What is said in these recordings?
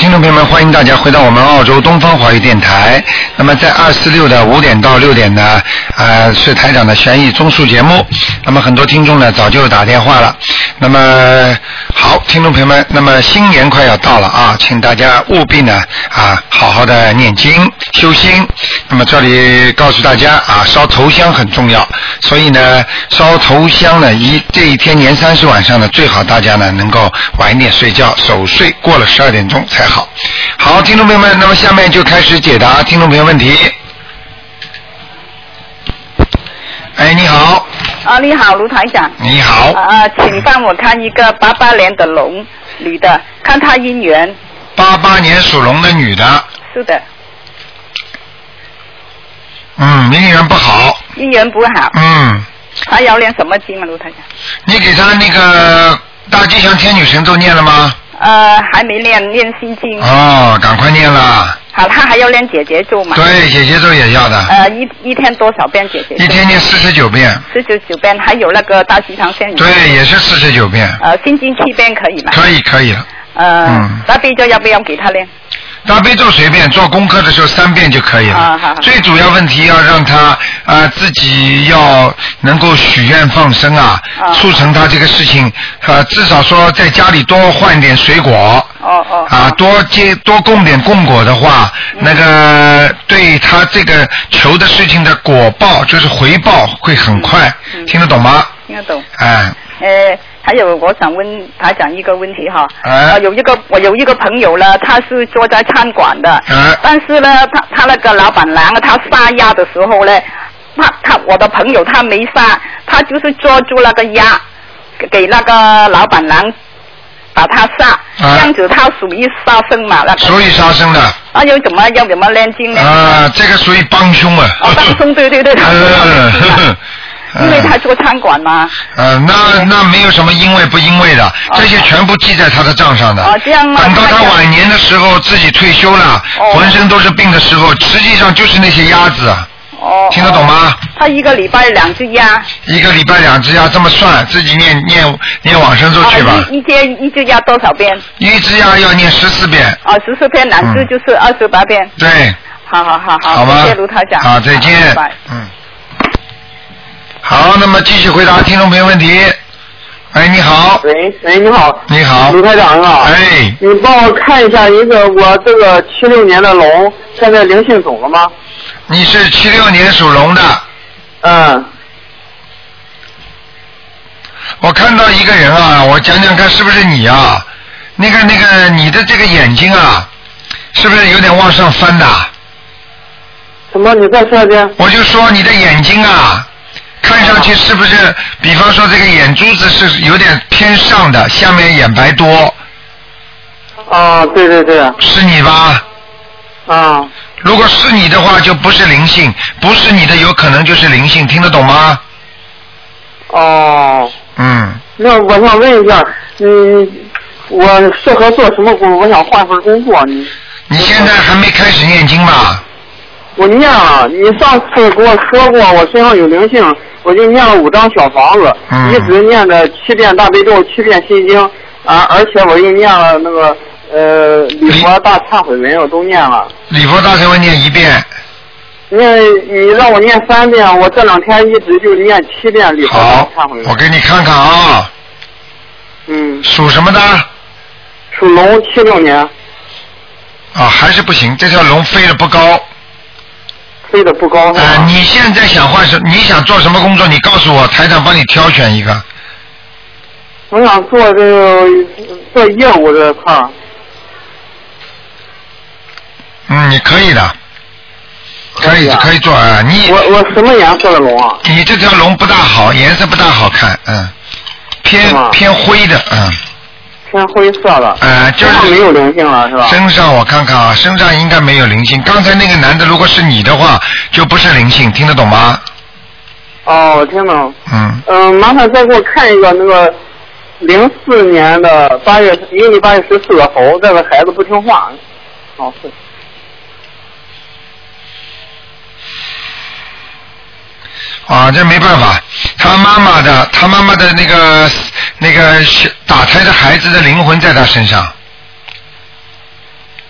听众朋友们，欢迎大家回到我们澳洲东方华语电台。那么在246的5点到6点呢，是台长的悬疑综述节目。那么很多听众呢早就打电话了。那么好，听众朋友们，那么新年快要到了啊，请大家务必呢好好的念经修心。那么这里告诉大家烧头香很重要，所以呢烧头香呢这一天年30晚上呢，最好大家呢能够晚一点睡觉，守岁过了12点钟才好。好，听众朋友们，那么下面就开始解答听众朋友问题。哎，你好。 你好，卢台长。 你好。 请帮我看一个88年的龙女的，看她姻缘。 88年属龙的女的。 是的。 姻缘不好。 姻缘不好。她要练什么经啊，卢台长？ 你给她那个大吉祥天女神咒念了吗？ 还没练心经。 赶快念了。 好，他还要练姐姐咒嘛？ 对，姐姐咒也要的。 一天多少遍姐姐咒？ 一天念49遍。 49遍，还有那个大吉祥天女。 对，也是49遍。 心经7遍可以吗？ 可以了。 大悲咒要不要给他练？ 大悲咒随便，做功课的时候3遍就可以了。 好。 最主要问题要让他自己要能够许愿放生促成他这个事情至少说在家里多换点水果。多供点供果的话，那个对他这个求的事情的果报就是回报会很快。听得懂吗？ 听得懂。还有我想问台长一个问题哈。我有一个朋友呢，他是做在餐馆的。但是呢，他那个老板娘他杀鸭的时候呢，我的朋友他没杀，他就是捉住那个鸭，给那个老板娘把他杀，这样子他属于杀生嘛？那个属于杀生的。 要怎么练经呢？ 这个属于帮凶啊。 帮凶，对。因为他做餐馆嘛。 那没有什么因为不因为的，这些全部记在他的账上的。 这样吗？ 等到他晚年的时候，自己退休了，浑身都是病的时候，实际上就是那些鸭子。听得懂吗？ 他一个礼拜2只鸭。一个礼拜 2只鸭，这么算，自己念往生咒去吧。 一只鸭多少遍？ 一只鸭要念14遍。 14遍，2只就是28遍。 对。 好。 好吗？ 谢谢卢台长。 好，再见。拜拜。好，那么继续回答听众朋友问题。你好。 喂，你好。 你好。 卢台长啊。你帮我看一下我这个76年的龙，现在灵性走了吗？ 你是76年属龙的。我看到一个人我讲讲看是不是你啊？那个你的这个眼睛是不是有点往上翻的？ 什么？你再说一遍。 我就说你的眼睛看上去是不是比方说这个眼珠子是有点偏上的，下面眼白多？ 对。 是你吧？如果是你的话就不是灵性，不是你的有可能就是灵性，听得懂吗？ 那我想问一下，我适合做什么工作？我想换份工作。 你现在还没开始念经吧？ 我念了，你上次跟我说过我身上有灵性，我就念了5张小房子，一直念着7遍大悲咒，7遍心经而且我又念了那个礼佛大忏悔文，我都念了。 礼佛大忏悔念1遍。 你让我念3遍，我这2天一直就念7遍礼佛大忏悔文。 好，我给你看看属什么的？ 属龙，76年。 还是不行，这条龙飞得不高。 飞得不高。 你现在想换你想做什么工作？你告诉我，台长帮你挑选一个。 我想做做业务这块儿。 你可以的，可以做我什么颜色的龙啊？ 你这条龙不大好，颜色不大好看，偏灰的， 偏灰色的。 就是身上没有灵性了是吧？ 身上我看看身上应该没有灵性。刚才那个男的如果是你的话，就不是灵性，听得懂吗？ 我听懂。麻烦再给我看一个那个04年的8月14的猴，这个孩子不听话。是。 这没办法，他妈妈的那个打胎的孩子的灵魂在他身上。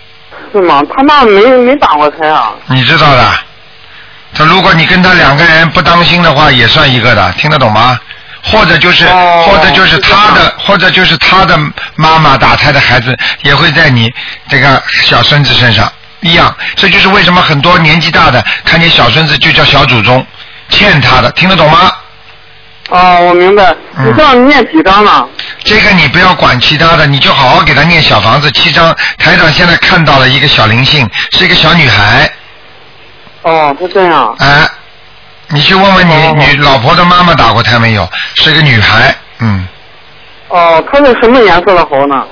是吗？他那没打过胎啊。 你知道的。他如果你跟他两个人不当心的话，也算一个的，听得懂吗？或者就是他的妈妈打胎的孩子也会在你这个小孙子身上一样。这就是为什么很多年纪大的看见小孙子就叫小祖宗，欠他的，听得懂吗？ 我明白。你这样念几张呢？ 这个你不要管其他的，你就好好给他念小房子7张。台长现在看到了一个小灵性，是一个小女孩。 是这样。 你去问问你老婆的妈妈打过胎没有？是个女孩。 她是什么颜色的猴呢？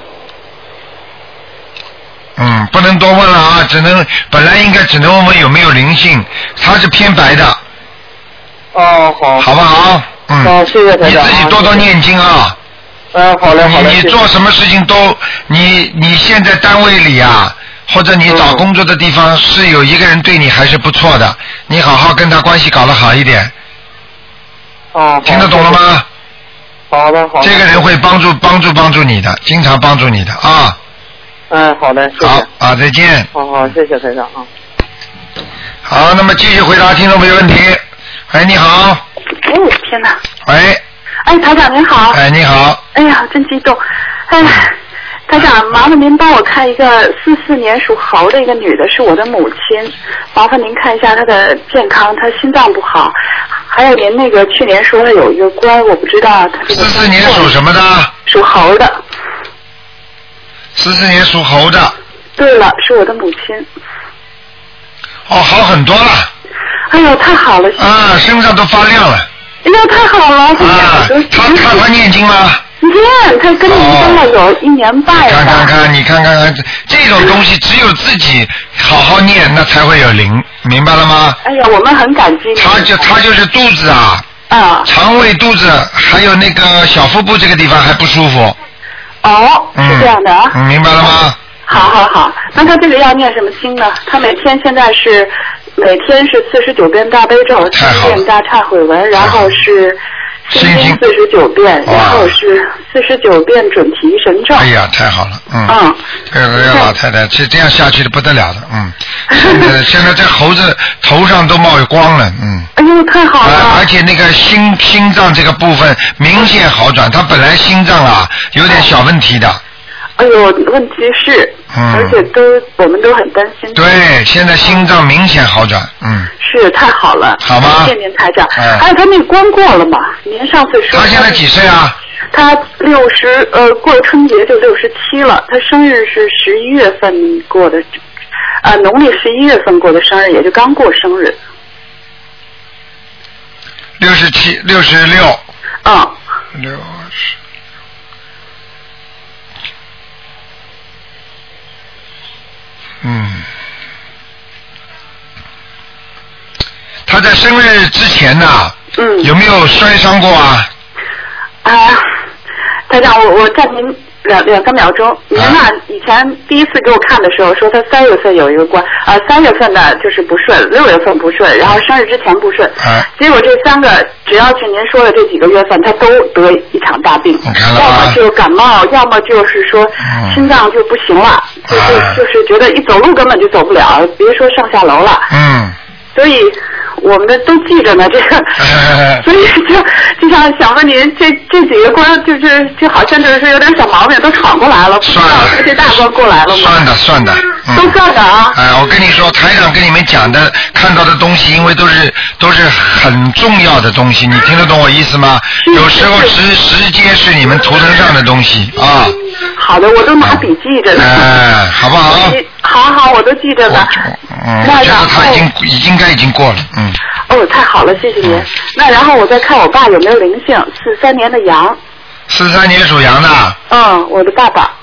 不能多问了啊，本来应该只能问问有没有灵性，她是偏白的。 好。 好不好？ 谢谢台长。 你自己多多念经啊。 好嘞。 你做什么事情都，你现在单位里啊，或者你找工作的地方是有一个人对你还是不错的，你好好跟他关系搞得好一点。听得懂了吗？ 好的。 这个人会帮助你的，经常帮助你的啊。 好嘞，谢谢。 好，再见。 好，谢谢台长啊。 好，那么继续回答听众朋友问题。喂，你好。 天哪。 喂。 台长您好。 你好。 哎呀，真激动。台长，麻烦您帮我看一个44年属猴的一个女的，是我的母亲，麻烦您看一下她的健康，她心脏不好，还有您那个去年说她有一个官，我不知道她这个。 44年属什么的？ 属猴的。 14年属猴的。 对了，是我的母亲。 好很多了。 哎呦，太好了！ 身上都发亮了。 哎呦，太好了！ 他念经吗？ 念，他跟您跟了有1年半了。 你看看，这种东西只有自己好好念，那才会有灵，明白了吗？ 哎呀，我们很感激你。 他就是肚子肠胃、肚子还有那个小腹部这个地方还不舒服。 是这样的啊。 明白了吗？ 好，那他这个要念什么经呢？他每天是49遍大悲咒，7遍大忏悔文，然后是心经49遍，然后是49遍准提神咒。 哎呀，太好了，这个老太太这样下去的不得了的，现在这猴子头上都冒光了， 哎呦，太好了！ 而且那个心脏这个部分明显好转，他本来心脏有点小问题的。 哎呦，问题是，而且我们都很担心。 对，现在心脏明显好转， 是太好了， 好吗？ 谢谢您台长。还有他那个关过了吗？您上次说。 他现在几岁啊？ 他过春节就67了，他生日是11月份过的，农历11月份过的生日，也就刚过生日。 66。60。他在生日之前呢，有没有摔伤过啊？ 台长，我暂停2-3秒钟。您以前第一次给我看的时候说他3月份有一个关，3月份呢就是不顺，6月份不顺，然后生日之前不顺。结果这3个只要是您说的这几个月份，他都得一场大病，要么就感冒，要么就是说心脏就不行了，就是觉得一走路根本就走不了，别说上下楼了。所以我们的都记着呢，这个，所以就想问您，这几个官就好像就是有点小毛病，都闯过来了， 算了， 这大官过来了吗？ 算的， 都算的啊。 我跟你说，台长跟你们讲的、看到的东西，因为都是很重要的东西，你听得懂我意思吗？有时候直接是你们图腾上的东西啊。 好的，我都拿笔记着呢。 好不好？ 好，我都记着呢。 我觉得他应该已经过了， 太好了，谢谢您。那然后我再看我爸有没有灵性，43年的羊。 43年属羊的。 我的爸爸。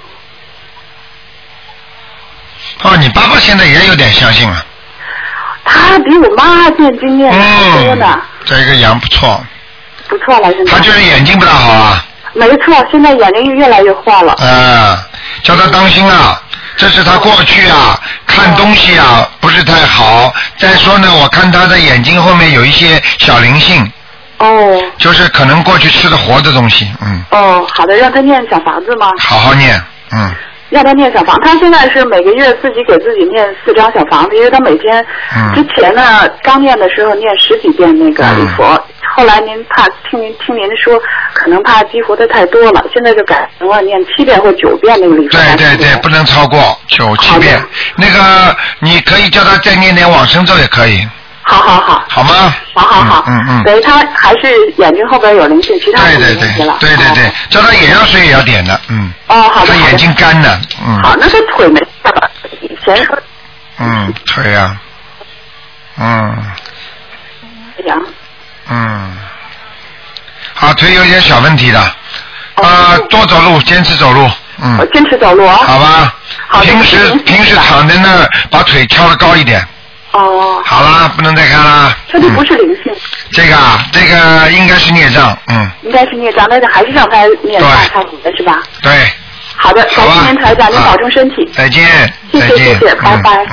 你爸爸现在也有点相信了。 他比我妈念经念得多呢。 这个羊不错。 不错了，现在。 他就是眼睛不大好啊。 没错，现在眼睛越来越坏了。 叫他当心啊！这是他过去看东西不是太好。再说呢，我看他的眼睛后面有一些小灵性。就是可能过去吃的活的东西。 好的，让他念小房子吗？ 好好念。 让他念小房，他现在是每个月自己给自己念4张小房子，因为他每天之前呢刚念的时候念10几遍那个礼佛，后来您怕听您说可能怕激活的太多了，现在就改成了念7遍或9遍那个礼佛。 对，不能超过9、7遍。那个你可以叫他再念点往生咒也可以。 好吗？ 好，对，他还是眼睛后边有灵性，其他没问题了。 对，叫他眼药水也要点的， 好的。 他眼睛干的， 好，那他腿没办法，以前说。 腿啊，好，腿有点小问题的，多走路，坚持走路， 坚持走路啊。 好吧。好。平时躺在那儿，把腿翘得高一点。好啦，不能再看啦。 这就不是灵性。 这个应该是孽障， 应该是孽障，但是还是让他念他补的是吧？ 对。 好的，感谢您台长，您保重身体。 再见。 谢谢，拜拜。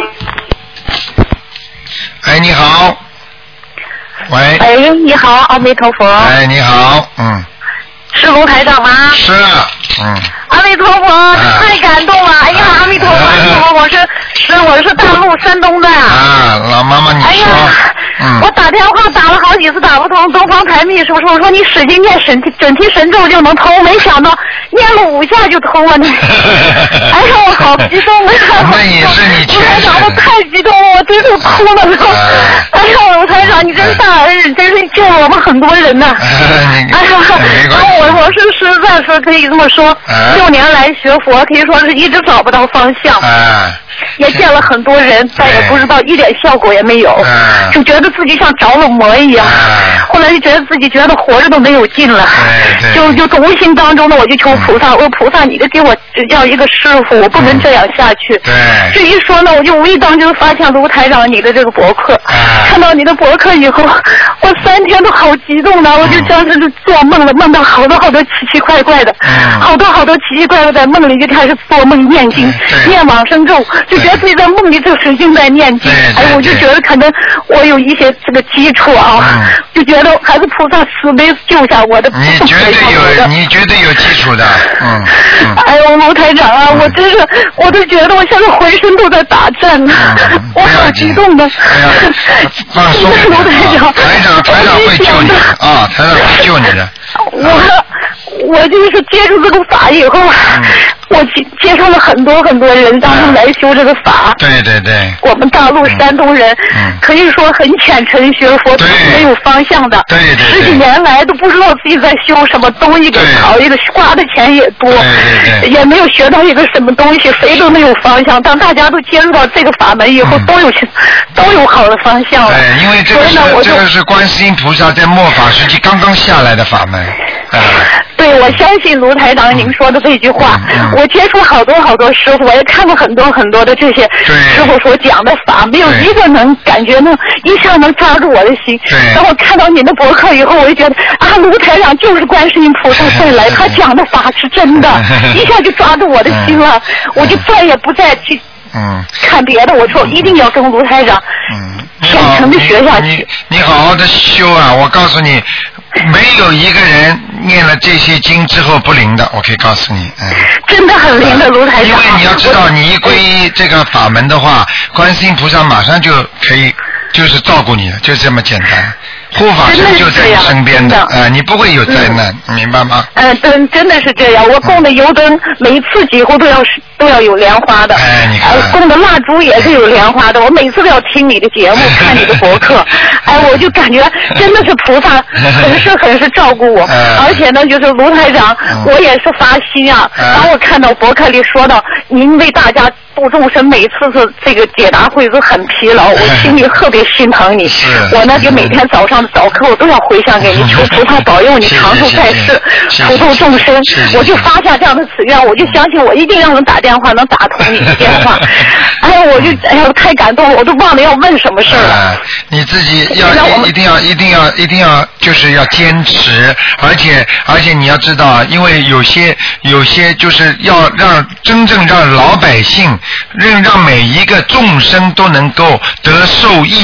哎，你好。喂。 哎，你好，阿弥陀佛。 哎，你好， 是卢台长吗？ 是， 阿弥陀佛，太感动了！哎呀，阿弥陀佛，阿弥陀佛，我是大陆山东的。 老妈妈，你说。 哎呀，我打电话打了好几次打不通，东方台秘书说你使劲念准提神咒就能通，没想到念了5下就通了呢。哎呀，我好激动啊！ 那也是你前世。 台长，我太激动了，我真是哭了。哎呀，台长，你真是大恩人，真是救了我们很多人呐。哎呀，我是实在是可以这么说，6年来学佛，可以说是一直找不到方向。也见了很多人，但也不知道一点效果也没有，就觉得自己像着了魔一样。后来就觉得自己觉得活着都没有劲了，就无形当中呢，我就求菩萨，我说菩萨，你就给我指教一个师傅，我不能这样下去。这一说呢，我就无意当中发现卢台长你的这个博客，看到你的博客以后，我3天都好激动的，我就像是做梦了，梦到好多奇奇怪怪的，好多奇奇怪怪的梦里就开始做梦念经，念往生咒。就觉得自己在梦里就使劲在念经，我就觉得可能我有一些这个基础啊，就觉得还是菩萨慈悲救下我的。 你绝对有基础的， 哎呦，卢台长啊，我真是，我都觉得我现在浑身都在打颤呢，我好激动的。 放松， 卢台长， 台长会救你啊，台长会救你的。 我就是接触这个法以后，我接触了很多人，让他们来修这个法。 对。 我们大陆山东人，可以说很虔诚学佛，都是没有方向的。 对。 10几年来都不知道自己在修什么东西，给考一个花的钱也多，也没有学到一个什么东西，谁都没有方向。当大家都接触到这个法门以后，都有好的方向了。 对，因为这个是观世音菩萨在末法时期刚刚下来的法门。 对，我相信卢台长您说的这句话，我接触好多师傅，我也看过很多的这些师傅所讲的法，没有一个能感觉能一下能抓住我的心。当我看到您的博客以后，我就觉得卢台长就是观世音菩萨再来，他讲的法是真的，一下就抓住我的心了，我就再也不再去看别的，我说一定要跟卢台长虔诚的学下去。 你好好的修啊！我告诉你，没有一个人念了这些经之后不灵的，我可以告诉你， 真的很灵的卢台长。 因为你要知道，你一皈依这个法门的话，观世音菩萨马上就可以就是照顾你，就这么简单。护法神就在你身边的，你不会有灾难，明白吗？ 真的是这样。我供的油灯每一次几乎都要有莲花的， 你看， 供的蜡烛也是有莲花的。我每次都要听你的节目，看你的博客，我就感觉真的是菩萨很是照顾我。而且呢，就是卢台长，我也是发心啊。当我看到博客里说到您为大家度众生，每次是这个解答会都很疲劳，我心里特别心疼你。我呢就每天早上早课我都要回向给你，求菩萨保佑你长寿在世，普度众生。我就发下这样的此愿，我就相信我一定让人打电话能打通你的电话。我就太感动了，我都忘了要问什么事了。 你自己一定要就是要坚持，而且你要知道，因为有些就是要真正让老百姓，让每一个众生都能够得受益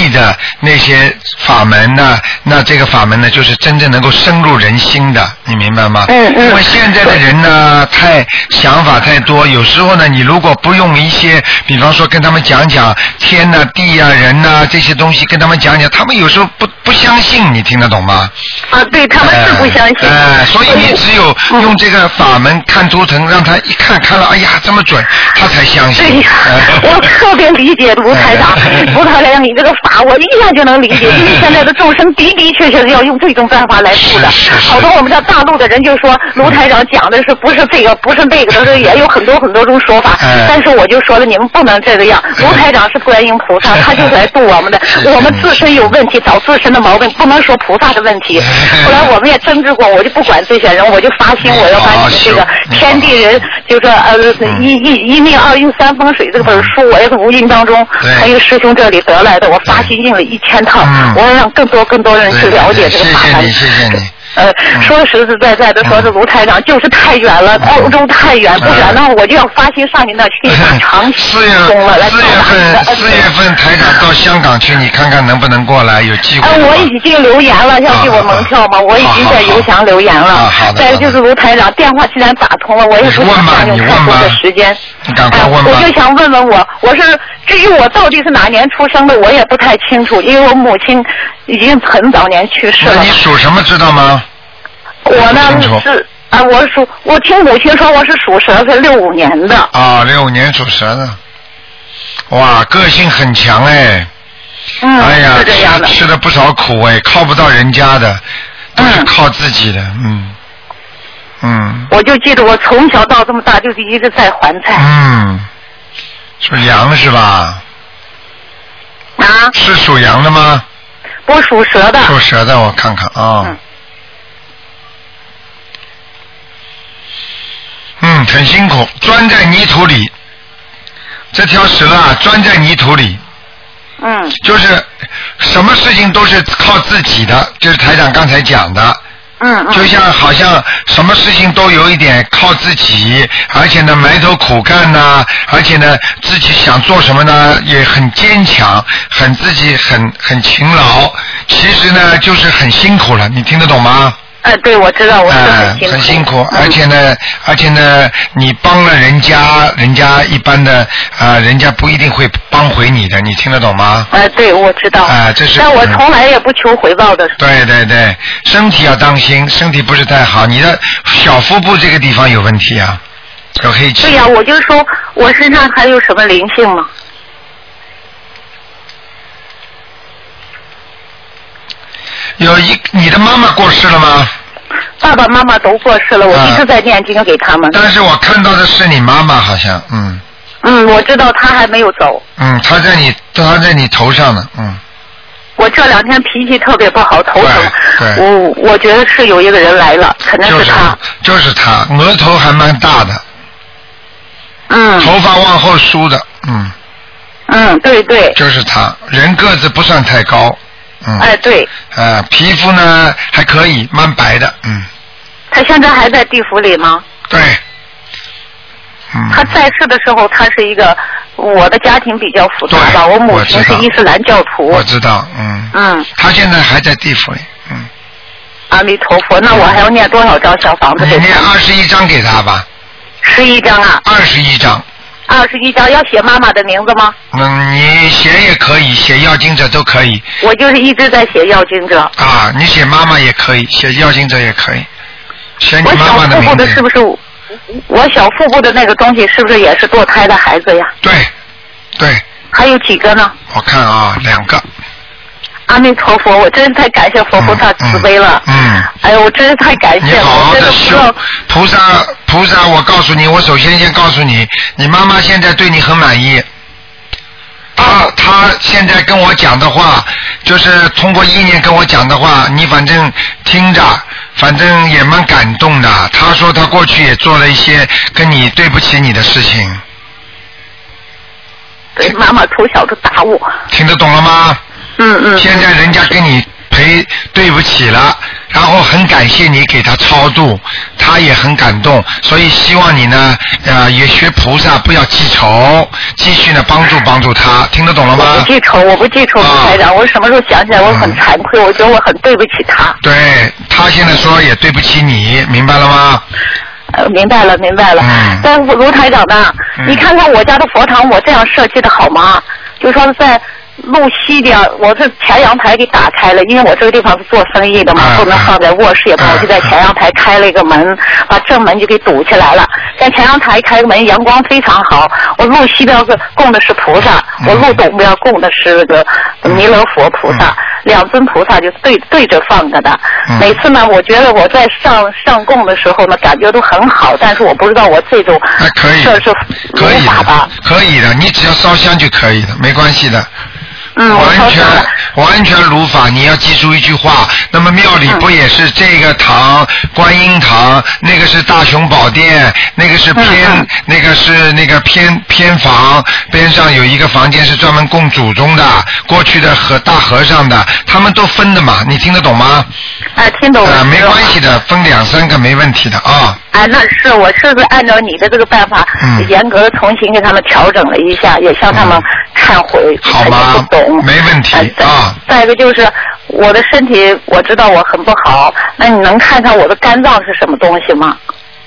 的那些法门呢，那这个法门呢就是真正能够深入人心的，你明白吗？因为现在的人呢想法太多，有时候呢你如果不用一些比方说跟他们讲讲天啊地啊人啊这些东西跟他们讲讲，他们有时候不相信，你听得懂吗？ 对，他们是不相信。 所以你只有用这个法门看图腾，让他一看了，哎呀这么准，他才相信。 对，我特别理解卢台长，卢台长你这个法我一下就能理解，因为现在的众生的确是要用这种办法来度的。好多我们这大陆的人就说卢台长讲的是不是这个不是那个的时候，也有很多种说法。但是我就说了，你们不能这个样。卢台长是观音菩萨，他就是来度我们的。我们自身有问题，找自身的毛病，不能说菩萨的问题。后来我们也争执过，我就不管这些人，我就发心我要把你们这个天地人，就说一命二运三风水这本书，我也是无意当中从一个师兄这里得来的，我发心印了1000套，我要让更多人去了解这个法门。 谢谢你。 说实在的说，这卢台长就是太远了，欧洲太远，不远，那我就要发心上你那去长期工了。 4月份台长到香港去，你看看能不能过来，有机会。 我已经留言了，要给我门票吗？我已经在邮箱留言了。再就是卢台长，电话既然打通了，我也不想占用太多的时间。 你赶快问吧。 我就想问我是至于我到底是哪年出生的，我也不太清楚，因为我母亲已经很早年去世了。 你属什么知道吗？ 我呢是我听母亲说我是属蛇，是65年的。 65年属蛇的，哇，个性很强哎。哎呀， 是这样的， 吃了不少苦哎，靠不到人家的，都是靠自己的， 我就记得我从小到这么大就是一直在还债。 属羊是吧？是属羊的吗？ 我属蛇的。 属蛇的，我看看啊。很辛苦，钻在泥土里。这条蛇啊，钻在泥土里。就是什么事情都是靠自己的，就是台长刚才讲的。就像好像什么事情都有一点靠自己，而且呢埋头苦干呐，而且呢自己想做什么呢也很坚强，自己很勤劳。其实呢就是很辛苦了，你听得懂吗？ 对，我知道，我是很辛苦，而且呢，你帮了人家一般的人家不一定会帮回你的，你听得懂吗？ 对，我知道。 这是。 但我从来也不求回报的。 对，身体要当心，身体不是太好，你的小腹部这个地方有问题啊，有黑气。 对呀，我就说我身上还有什么灵性吗？ 你的妈妈过世了吗？ 爸爸妈妈都过世了，我一直在念经给他们。 但是我看到的是你妈妈，好像我知道她还没有走。 她在你头上呢， 我这2天脾气特别不好，头疼。我觉得是有一个人来了，可能是他。 就是他，额头还蛮大的。头发往后梳的， 对。 就是他，人个子不算太高。 对。 皮肤呢还可以，蛮白的。 他现在还在地府里吗？ 对。 他在世的时候，他是一个，我的家庭比较复杂吧，我母亲是伊斯兰教徒。 我知道，他现在还在地府里。 阿弥陀佛，那我还要念多少张小房子？ 你念21张给他吧。 11张啊 ？21张。 21张，要写妈妈的名字吗？ 你写也可以，写要经者都可以。 我就是一直在写要经者。 你写妈妈也可以，写要经者也可以，写你妈妈的名字。 我小腹部的是不是？我小腹部的那个东西是不是也是堕胎的孩子呀？ 对。 还有几个呢？ 我看2个。 阿弥陀佛，我真是太感谢佛菩萨慈悲了。哎呦，我真是太感谢了。 你好好的修，菩萨，我告诉你，我首先告诉你，你妈妈现在对你很满意。她现在跟我讲的话，就是通过意念跟我讲的话，你反正听着，反正也蛮感动的。她说她过去也做了一些跟你对不起你的事情。 对，妈妈从小就打我。 听得懂了吗？现在人家跟你对不起了， 然后很感谢你给他超度，他也很感动，所以希望你呢也学菩萨，不要记仇，继续呢帮助他，听得懂了吗？ 我不记仇，台长，我什么时候想起来我很惭愧，我觉得我很对不起他。 对，他现在说也对不起你，明白了吗？ 明白了。但是卢台长呢，你看看我家的佛堂，我这样设计的好吗？就说在路西边，我这前阳台给打开了，因为我这个地方是做生意的嘛，不能放在卧室，也不能，我就在前阳台开了一个门，把正门就给堵起来了。在前阳台开个门，阳光非常好。我路西边供的是菩萨，我路东边供的是那个弥勒佛菩萨，两尊菩萨就对着放着的。每次呢，我觉得我在上供的时候呢，感觉都很好，但是我不知道我这种这是如法吧？ 可以的，你只要烧香就可以的，没关系的。完全如法，你要记住一句话。那么庙里不也是这个堂观音堂，那个是大雄宝殿，那个是那个是那个偏房，边上有一个房间是专门供祖宗的，过去的大和尚的，他们都分的嘛，你听得懂吗？ 听懂了。 没关系的，分2、3个没问题的啊。 那是我是不是按照你的这个办法，严格的重新给他们调整了一下，也向他们忏悔， 好吗？ 不懂， 没问题啊。 再一个就是我的身体，我知道我很不好，那你能看看我的肝脏是什么东西吗？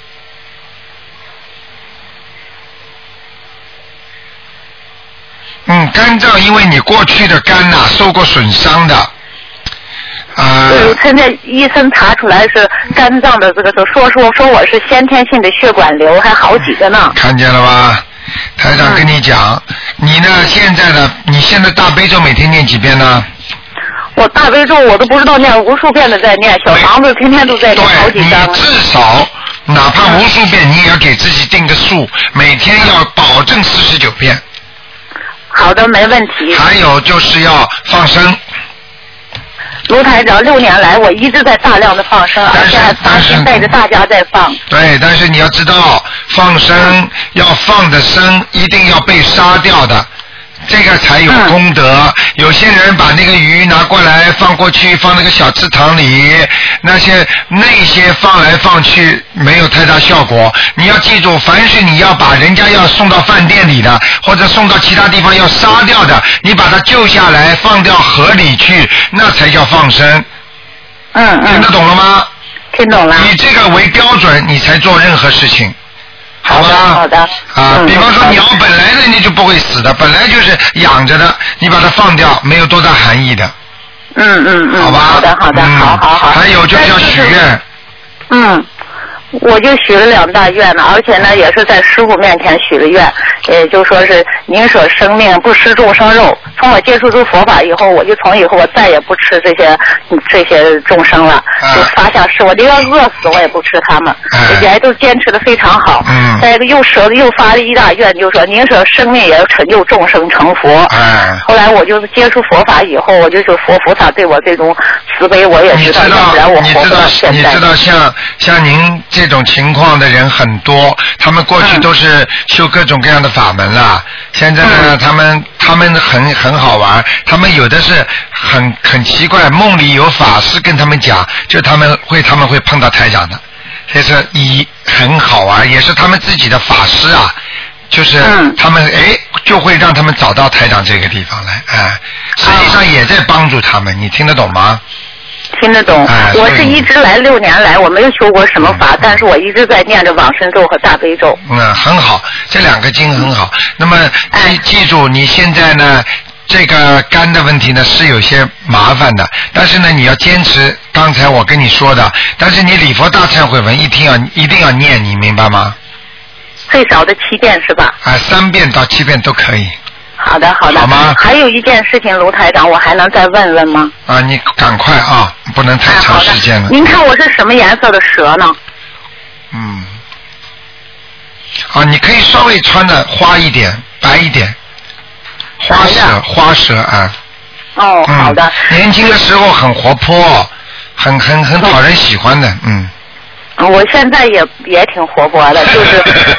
肝脏因为你过去的肝受过损伤的。 对，现在医生查出来是肝脏的这个，说我是先天性的血管瘤，还好几个呢。 看见了吧？台长跟你讲，你呢你现在大悲咒每天念几遍呢？ 我大悲咒我都不知道念，无数遍的在念，小房子天天都在念好几张。 你至少哪怕无数遍，你也要给自己定个数，每天要保证49遍。 好的，没问题。 还有就是要放生。 卢台长，6年来我一直在大量的放生，而且还发心带着大家在放。 对，但是你要知道，放生要放的生一定要被杀掉的，这个才有功德。有些人把那个鱼拿过来放过去，放那个小池塘里，那些放来放去没有太大效果。你要记住，凡是你要把人家要送到饭店里的，或者送到其他地方要杀掉的，你把它救下来放掉河里去，那才叫放生。听得懂了吗？ 听懂了。 以这个为标准，你才做任何事情。好吧， 好的。 比方说鸟本来人家就不会死的，本来就是养着的，你把它放掉，没有多大含义的。好吧。 好的，好。 还有就是要许愿。 我就许了2大愿了，而且呢也是在师傅面前许了愿，就说是宁舍生命，不食众生肉。从我接触这佛法以后，我再也不吃这些众生了，就发下誓，我就要饿死我也不吃他们，也都坚持的非常好。再一个又发了1大愿，就说宁舍生命也要成就众生成佛。后来我就接触佛法以后，我就说佛菩萨对我这种慈悲，我也知道，要不然我活不到现在。 你知道像您这种情况的人很多，他们过去都是修各种各样的法门了，现在呢他们很好玩，他们有的是很奇怪，梦里有法师跟他们讲，就他们会碰到台长的，这是很好玩，也是他们自己的法师啊，就是他们就会让他们找到台长这个地方来，实际上也在帮助他们，你听得懂吗？ 听得懂。我是一直来6年来，我没有修过什么法，但是我一直在念着往生咒和大悲咒。 很好，这2个经很好。那么记住，你现在呢，这个肝的问题呢是有些麻烦的，但是呢你要坚持刚才我跟你说的，但是你礼佛大忏悔文一定要念，你明白吗？ 最少的7遍是吧 ？3遍到7遍都可以。 好的。好吗？还有一件事情，卢台长，我还能再问问吗？ 你赶快不能太长时间了。 您看我是什么颜色的蛇呢？ 你可以稍微穿的花一点，白一点。花蛇啊。 好的。 年轻的时候很活泼，很讨人喜欢的。 我现在也挺活泼的，就是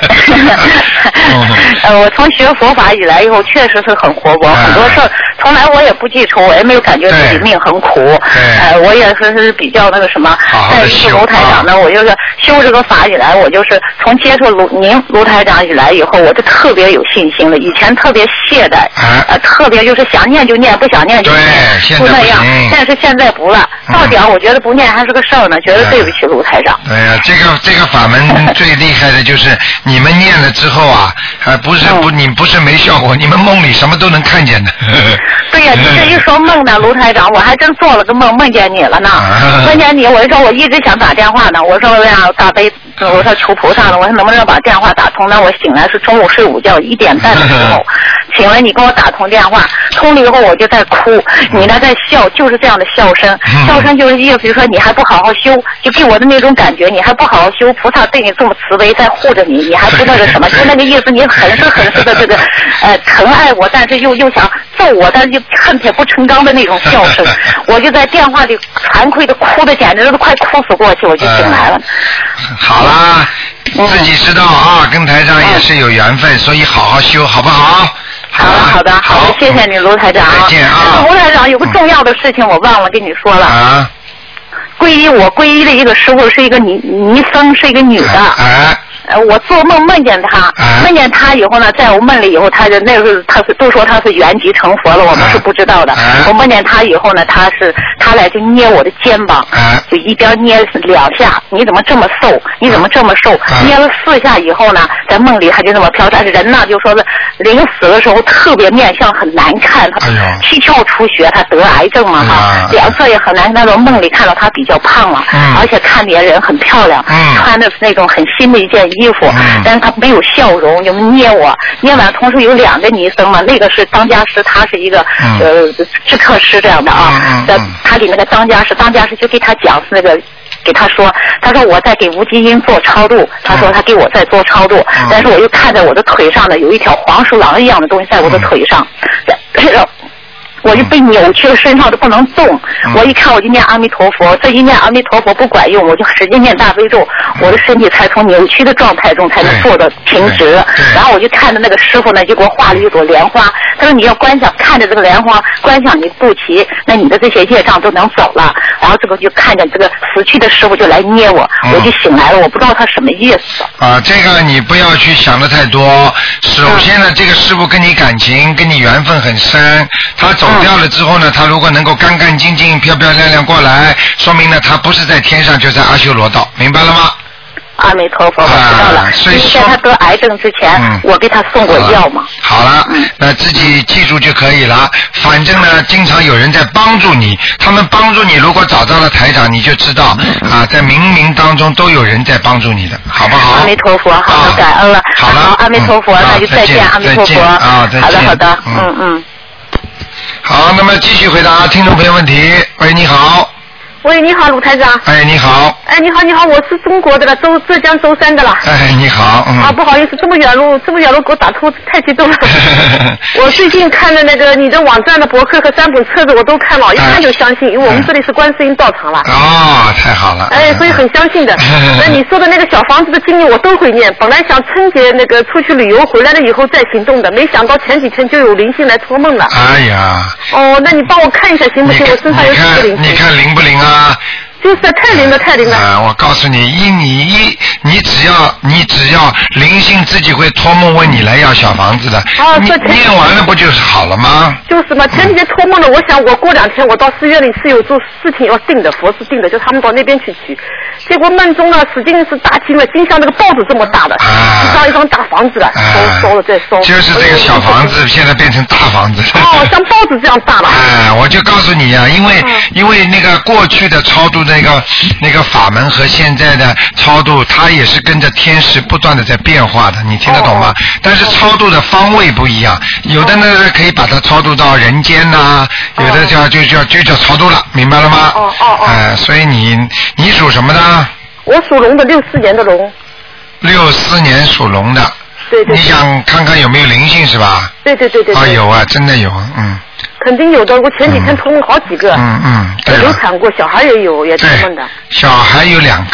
我从学佛法以来以后，确实是很活泼，很多事儿从来我也不记仇，我也没有感觉自己命很苦。我也是比较那个什么。再一个卢台长呢，我就是修这个法以来，我就是从接触卢台长以来以后，我就特别有信心了。以前特别懈怠，特别就是想念就念，不想念就念，不那样。但是现在不了，到点我觉得不念还是个事儿呢，觉得对不起卢台长。 对呀，这个法门最厉害的就是你们念了之后啊，你不是没效果，你们梦里什么都能看见的。 对呀，你这一说梦呢，卢台长，我还真做了个梦，梦见你了呢。梦见你，我就说我一直想打电话呢，我说我呀大悲，我说求菩萨了，我说能不能把电话打通呢？我醒来是中午睡午觉1点半的时候，醒了你跟我打通电话，通了以后我就在哭，你呢在笑，就是这样的笑声，笑声就是意思就是说你还不好好修，就给我的那种感觉，你还不好好修，菩萨对你这么慈悲，在护着你，你还不那个什么，就那个意思，你很是的这个疼爱我，但是又想揍我，但是又恨铁不成钢的那种笑声，我就在电话里惭愧的哭的简直都快哭死过去，我就醒来了。 好啦，自己知道啊，跟台长也是有缘分，所以好好修，好不好？ 好的，谢谢你卢台长。 再见啊！ 卢台长有个重要的事情我忘了跟你说了。我皈依的一个师傅是一个尼僧，是一个女的。我做梦梦见他，梦见他以后呢，在我梦里以后，他都说他是原籍成佛了，我们是不知道的。我梦见他以后呢，他来就捏我的肩膀，就一边捏2下，你怎么这么瘦？你怎么这么瘦？捏了4下以后呢，在梦里他就这么飘，但是人呢就说是临死的时候特别面相很难看，他七窍出血，他得癌症嘛哈，脸色也很难看。那种梦里看到他比较胖了，而且看别人很漂亮，穿的是那种很新的一件衣服，但是他没有笑容，就捏我，捏完同时有2个尼僧嘛，那个是当家师，他是一个制客师这样的啊，他给那个当家师就给他讲那个。给他说我在给吴基英做超度，他说他给我在做超度，但是我又看在我的腿上呢有一条黄鼠狼一样的东西在我的腿上，我就被扭曲了，身上都不能动。我一看我就念阿弥陀佛，这一念阿弥陀佛不管用，我就使劲念大悲咒，我的身体才从扭曲的状态中才能做到平直。然后我就看着那个师傅呢，就给我画了一朵莲花，他说你要观想，看着这个莲花，观想你肚脐，那你的这些业障都能走了。然后这个就看见这个死去的师傅就来捏我，我就醒来了，我不知道他什么意思。 这个你不要去想的太多。首先呢，这个师傅跟你感情，跟你缘分很深，他走掉了之后呢，他如果能够干干净净、漂漂亮亮过来，说明呢他不是在天上，就在阿修罗道，明白了吗？ 阿弥陀佛，我知道了。所以在他得癌症之前，我给他送过药嘛。 好了，那自己记住就可以了。反正呢，经常有人在帮助你，他们帮助你，如果找到了台长，你就知道在冥冥当中都有人在帮助你的，好不好？ 阿弥陀佛，好的，感恩了。 好了， 阿弥陀佛，那就再见，阿弥陀佛。 再见。 好的， 好，那么继续回答听众朋友问题。喂，你好。 喂，你好，卢台长。 哎，你好。 哎，你好，我是中国的了，浙江舟山的了。 哎，你好。 不好意思，这么远路给我打通，太激动了。我最近看了那个你的网站的博客和3本册子，我都看了，一看就相信，因为我们这里是观世音道场了。 太好了。 所以很相信的。那你说的那个小房子的经历我都会念，本来想春节那个出去旅游回来了以后再行动的，没想到前几天就有灵性来托梦了。 哎呀。 那你帮我看一下行不行？我身上有几个灵性。 你看灵不灵啊？ 就是太灵了。 我告诉你，你只要灵性自己会托梦问你来要小房子的，念完了不就是好了吗？ 就是嘛，前几天托梦了，我想我过2天我到寺院里是有做事情要定的，佛事定的，就他们到那边去取。结果梦中呢，使劲是大金了，金像那个包子这么大的，一张大房子了，烧了再烧。 就是这个小房子现在变成大房子。 像包子这样大了。 我就告诉你啊，因为那个过去的超度那个法门和现在的超度，它也是跟着天时不断的在变化的，你听得懂吗？但是超度的方位不一样，有的呢可以把它超度到人间呐，有的就叫超度了，明白了吗？所以你属什么的？ 我属龙的，64年的龙。 64年属龙的。 对。 你想看看有没有灵性是吧？ 对。 有啊，真的有， 肯定有的，我前几天托梦好几个。 对。 流产过，小孩也有，也托梦的。 小孩有2个。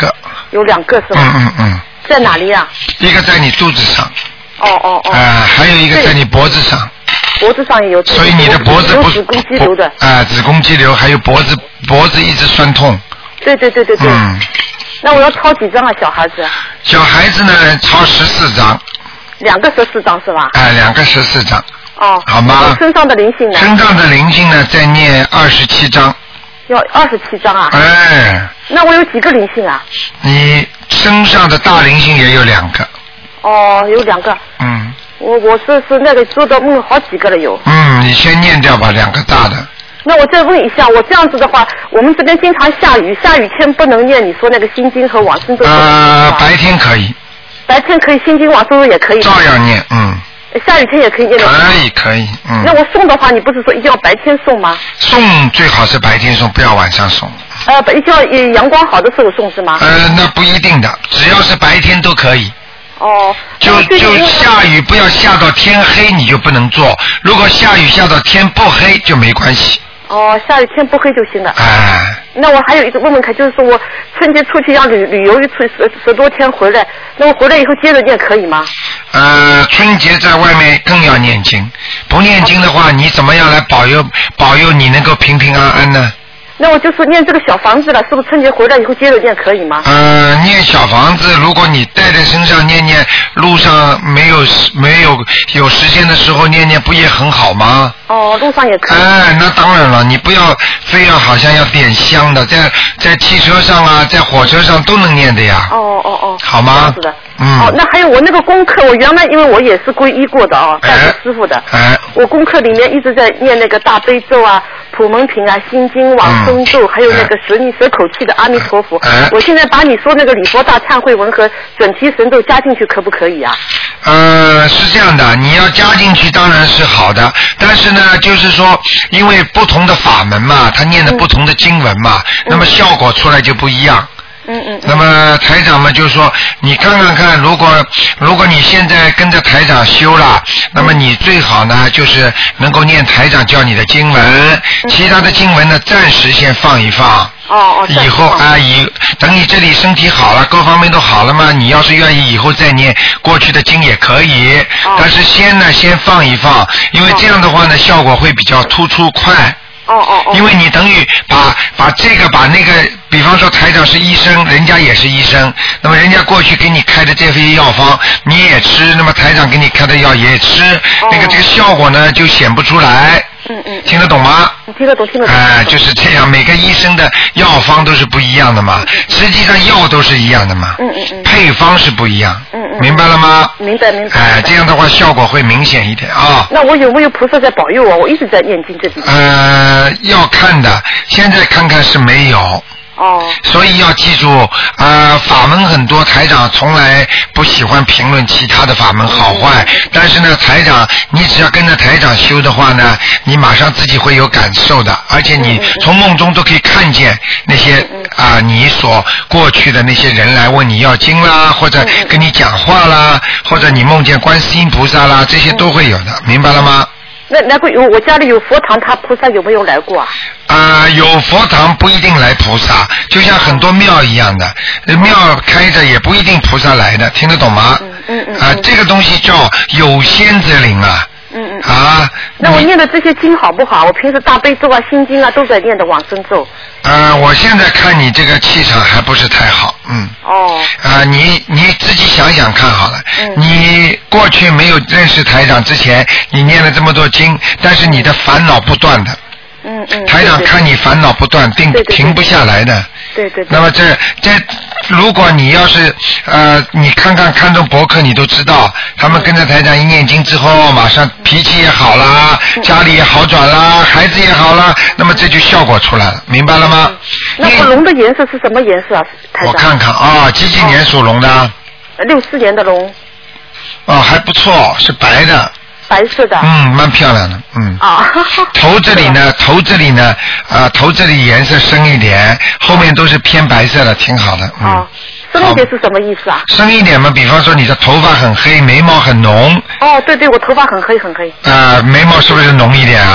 有2个是吧？在哪里呀？ 一个在你肚子上。 哦。 还有一个在你脖子上。 脖子上也有。 所以你的脖子不子宫肌瘤的。 子宫肌瘤，还有脖子一直酸痛。 对。那我要抄几张啊，小孩子？ 小孩子呢，抄14张。 2个14张是吧 ？2个14张。 哦。 好吗？ 身上的灵性呢？ 身上的灵性呢，再念27张。要 27张啊？那我有几个灵性啊？ 你身上的大灵性也有2个。 哦，有2个。我是那个做的梦好几个了有。 你先念掉吧，2个大的。 那我再问一下，我这样子的话，我们这边经常下雨天不能念你说那个心经和往生咒。 白天可以。 白天可以，心经往生咒也可以。 照样念， 下雨天也可以念的。 可以， 那我送的话，你不是说一定要白天送吗？ 送最好是白天送，不要晚上送。 一定要阳光好的时候送是吗？ 那不一定的，只要是白天都可以。就下雨不要下到天黑你就不能做，如果下雨下到天不黑就没关系。 下雨天不黑就行了。那我还有一个问问看，就是说我春节出去要旅游10多天回来，那我回来以后接着念可以吗？ 春节在外面更要念经，不念经的话，你怎么样来保佑你能够平平安安呢？ 那我就说念这个小房子了，是不是春节回来以后接着念可以吗？ 念小房子，如果你带在身上念，路上没有时间的时候念，不也很好吗？ 路上也可以。 那当然了，你不要非要好像要点香的，在汽车上啊，在火车上都能念的呀。好吗？ 是的。那还有我那个功课，我原来因为我也是皈依过的拜师傅的。我功课里面一直在念那个大悲咒啊、普门品啊、心经、往生咒，还有那个蛇口气的阿弥陀佛。我现在把你说那个礼佛大忏悔文和准提神咒加进去，可不可以啊？ 是这样的，你要加进去当然是好的，但是呢，就是说，因为不同的法门嘛，他念的不同的经文嘛，那么效果出来就不一样。那么台长嘛，就是说，你看看，如果你现在跟着台长修了，那么你最好呢，就是能够念台长教你的经文，其他的经文呢，暂时先放一放。以后等你这里身体好了，各方面都好了嘛，你要是愿意以后再念过去的经也可以，但是先放一放，因为这样的话呢，效果会比较突出快。因为你等于把这个把那个，比方说台长是医生，人家也是医生，那么人家过去给你开的这些药方你也吃，那么台长给你开的药也吃，这个效果呢就显不出来。听得懂吗？ 听得懂。 就是这样，每个医生的药方都是不一样的嘛，实际上药都是一样的嘛，配方是不一样。明白了吗？ 明白。 这样的话效果会明显一点啊。 那我有没有菩萨在保佑我？我一直在念经这里。 要看的，现在看看是没有。所以要记住，法门很多，台长从来不喜欢评论其他的法门好坏，但是呢，台长，你只要跟着台长修的话呢，你马上自己会有感受的，而且你从梦中都可以看见那些你所过去的那些人来问你要经啦，或者跟你讲话啦，或者你梦见观世音菩萨啦，这些都会有的，明白了吗？ 那来过我家里有佛堂，他菩萨有没有来过啊？ 有佛堂不一定来菩萨，就像很多庙一样的，庙开着也不一定菩萨来的，听得懂吗？这个东西叫有仙则灵啊。 那我念的这些经好不好？我平时大悲咒啊、心经啊都在念的往生咒。 我现在看你这个气场还不是太好，你自己想想看好了。你过去没有认识台长之前，你念了这么多经，但是你的烦恼不断的。台长看你烦恼不断，停不下来的。 对。 那么这如果你要是你看中博客，你都知道，他们跟着台长一念经之后，马上脾气也好啦，家里也好转啦，孩子也好啦，那么这就效果出来了，明白了吗？ 那我龙的颜色是什么颜色啊，台长？ 我看看几几年属龙的 ？64年的龙。 还不错，是白的。 白色的。 蛮漂亮的。头这里呢，头这里颜色深一点，后面都是偏白色的，挺好的。 深一点是什么意思啊？ 深一点嘛，比方说你的头发很黑，眉毛很浓。 对，我头发很黑。 眉毛是不是浓一点啊？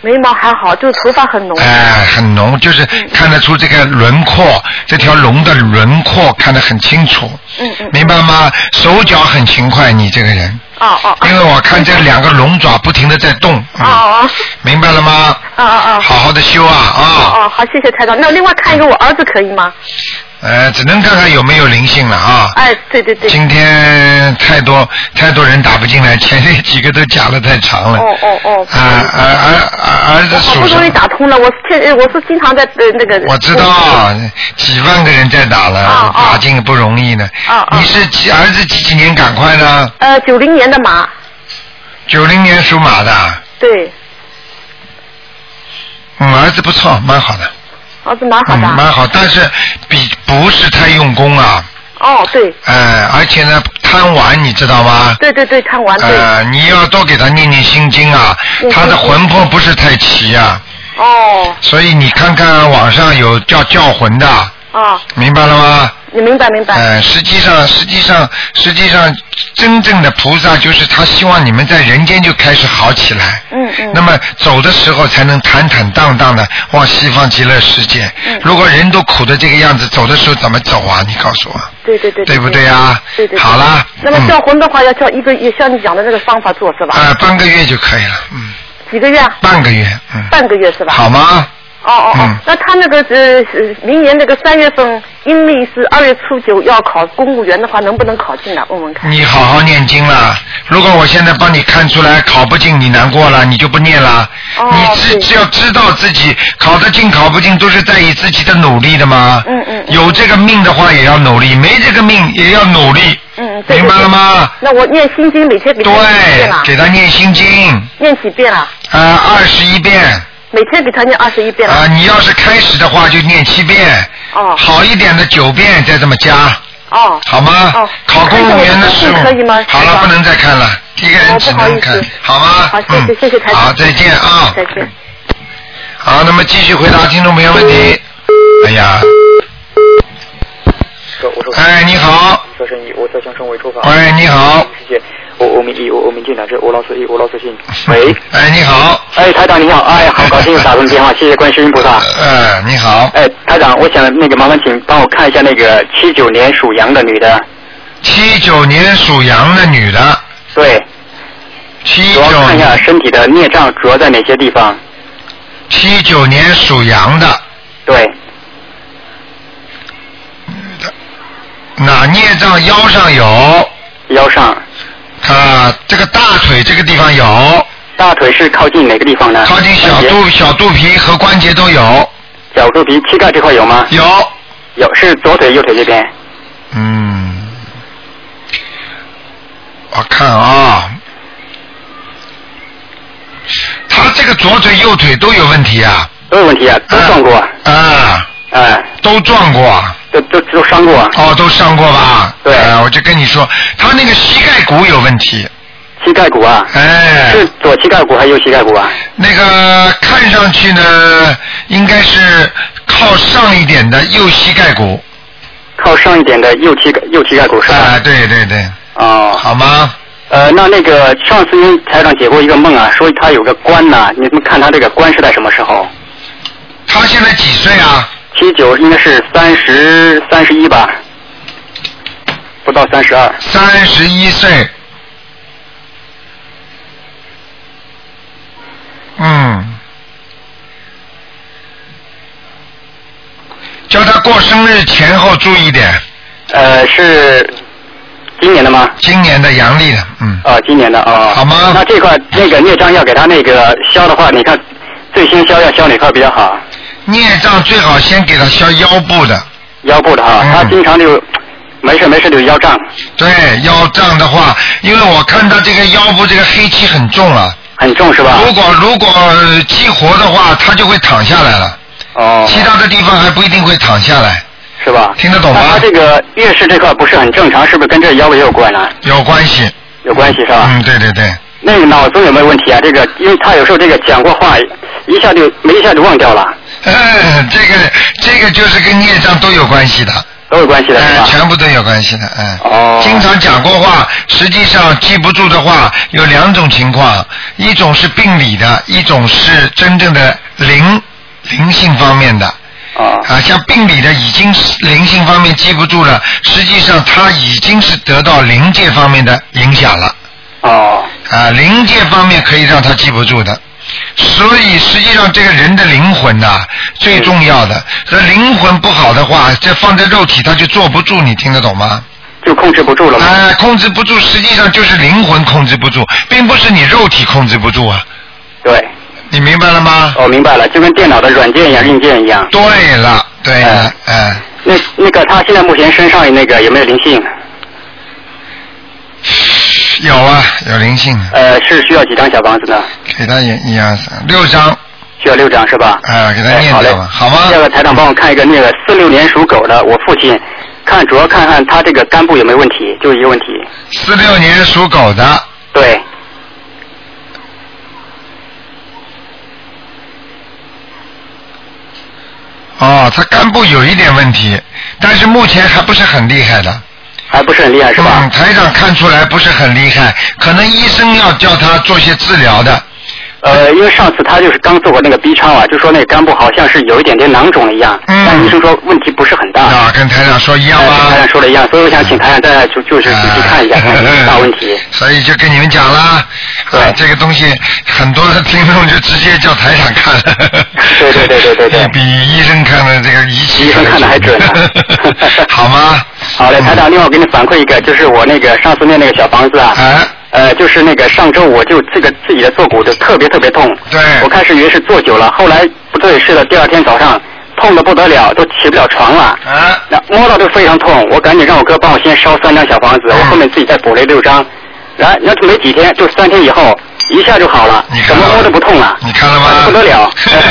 眉毛还好，就是头发很浓。 很浓，就是看得出这个轮廓，这条龙的轮廓看得很清楚。明白吗？手脚很勤快，你这个人。因为我看这2个龙爪不停地在动。明白了吗？好好的修啊啊。 好，谢谢台长。那另外看一个我儿子可以吗？ 只能看看有没有灵性了啊！ 对对对。 今天太多人打不进来，前面几个都讲得太长了。儿子好不容易打通了，我是经常在那个。 我知道，几万个人在打了，打进不容易呢。你是儿子几年赶快呢 ？90年的马。 90年属马的。 对。 儿子不错，蛮好的。 儿子蛮好的。 蛮好，但是不是太用功啊。 对。 而且呢，贪玩，你知道吗？ 对对对，贪玩。 你要多给他念心经啊，他的魂魄不是太齐啊。所以你看看网上有叫魂的。明白了吗？ 你明白。 实际上，真正的菩萨就是他希望你们在人间就开始好起来。那么走的时候才能坦坦荡荡的往西方极乐世界。如果人都苦的这个样子，走的时候怎么走啊？你告诉我。 对。 对不对啊？ 对。 好了。 那么叫魂的话，要叫1个月，像你讲的那个方法做是吧？ 半个月就可以了。 几个月？ 半个月。 半个月是吧？ 好吗？ 那他那个明年那个3月份阴历是2月初9要考公务员的话，能不能考进来？问问看。 你好好念经了。如果我现在帮你看出来考不进，你难过了，你就不念了。你只要知道自己考得进考不进都是在于自己的努力的嘛。有这个命的话也要努力，没这个命也要努力。明白了吗？ 那我念心经每天给他念几遍了？ 对，给他念心经。 念几遍了 ？21遍。 每天给他念21遍了。 你要是开始的话就念7遍。好一点的9遍，再这么加。好吗？考公务员的时候可以吗？ 好了，不能再看了，一个人只能看，好吗？ 好，谢谢台长。 好，再见啊！ 再见。 好，那么继续回答听众朋友问题。哎呀。你好。喂，你好。 谢谢。我民进党是我老师信。喂。 你好。 台长你好，好高兴打通电话，谢谢观世音菩萨。 你好。 台长，我想麻烦请帮我看一下那个79年属羊的女的。 79年属羊的女的。 对。主要看一下身体的孽障主要在哪些地方。 79年属羊的。 对。 哪孽障？腰上有。 腰上。 这个大腿这个地方有。 大腿是靠近哪个地方呢？ 靠近小肚皮和关节都有。 小肚皮、膝盖这块有吗？ 有， 是左腿右腿这边。 我看啊，他这个左腿右腿都有问题啊。 都有问题啊，都撞过。 都撞过。 都伤过。 都伤过吧？ 对。 我就跟你说，他那个膝盖骨有问题。 膝盖骨啊？是左膝盖骨还是右膝盖骨啊？ 那个看上去呢，应该是靠上一点的右膝盖骨。 靠上一点的右膝盖骨是吧？ 对。好吗？ 那个上次您台长解过一个梦啊，说他有个官呐，你们看他这个官是在什么时候？ 他现在几岁啊 ？79应该是31吧，不到32。 31岁。叫他过生日前后注意点。 是今年的吗？ 今年的阳历的。 今年的好吗？ 那这块那个孽障要给他那个消的话，你看最先消要消哪块比较好？ 孽障最好先给他消腰部的。 腰部的他经常就没事就腰胀。 对，腰胀的话，因为我看他这个腰部这个黑气很重了。 很重是吧？ 如果激活的话，他就会躺下来了。其他的地方还不一定会躺下来。 是吧？ 听得懂吗？ 那他这个月事这块不是很正常，是不是跟这腰也有关啊？ 有关系。 有关系是吧？ 对。 那个脑中有没有问题啊？这个，因为他有时候这个讲过话，一下就忘掉了。 这个就是跟孽障都有关系的。 都有关系的是吧？ 全部都有关系的，经常讲过话，实际上记不住的话有2种情况，一种是病理的，一种是真正的灵性方面的。像病理的已经灵性方面记不住了，实际上他已经是得到灵界方面的影响了。灵界方面可以让他记不住的。所以实际上这个人的灵魂呐，最重要的。这灵魂不好的话，这放在肉体他就坐不住，你听得懂吗？ 就控制不住了吗？ 控制不住，实际上就是灵魂控制不住，并不是你肉体控制不住啊。 对。 你明白了吗？ 明白了，就跟电脑的软件一样，硬件一样。 对了， 那个他现在目前身上那个有没有灵性？ 有啊，有灵性。 是需要几张小房子呢？ 给他1、2、3、6张。 需要6张是吧？ 给他念掉吧，好吗？ 这个台长帮我看一个那个46年属狗的我父亲，主要看看他这个肝部有没有问题，就一个问题。 46年属狗的。 对。 他肝部有一点问题，但是目前还不是很厉害的。 还不是很厉害是吧？ 台长看出来不是很厉害，可能医生要叫他做些治疗的。 因为上次他就是刚做过那个 B 超啊，就说那个肝部好像是有一点点囊肿一样，但医生说问题不是很大。 跟台长说一样吗？ 跟台长说的一样，所以我想请台长再就是仔细看一下，大问题。 所以就跟你们讲了，这个东西很多的听众就直接叫台长看了。 对。 比医生看的这个仪器。 医生看的还准。 好吗？ 好嘞，台长，另外我给你反馈一个，就是我那个上次念那个小房子啊。就是那个上周我就自己的坐骨就特别痛。 对。 我开始以为是坐久了，后来不对，是的，第2天早上痛得不得了，都起不了床了。那摸到就非常痛，我赶紧让我哥帮我先烧3张小房子，我后面自己再补了6张。然那没几天，就3天以后。一下就好了，怎么摸都不痛了。 你看了吗？ 不得了。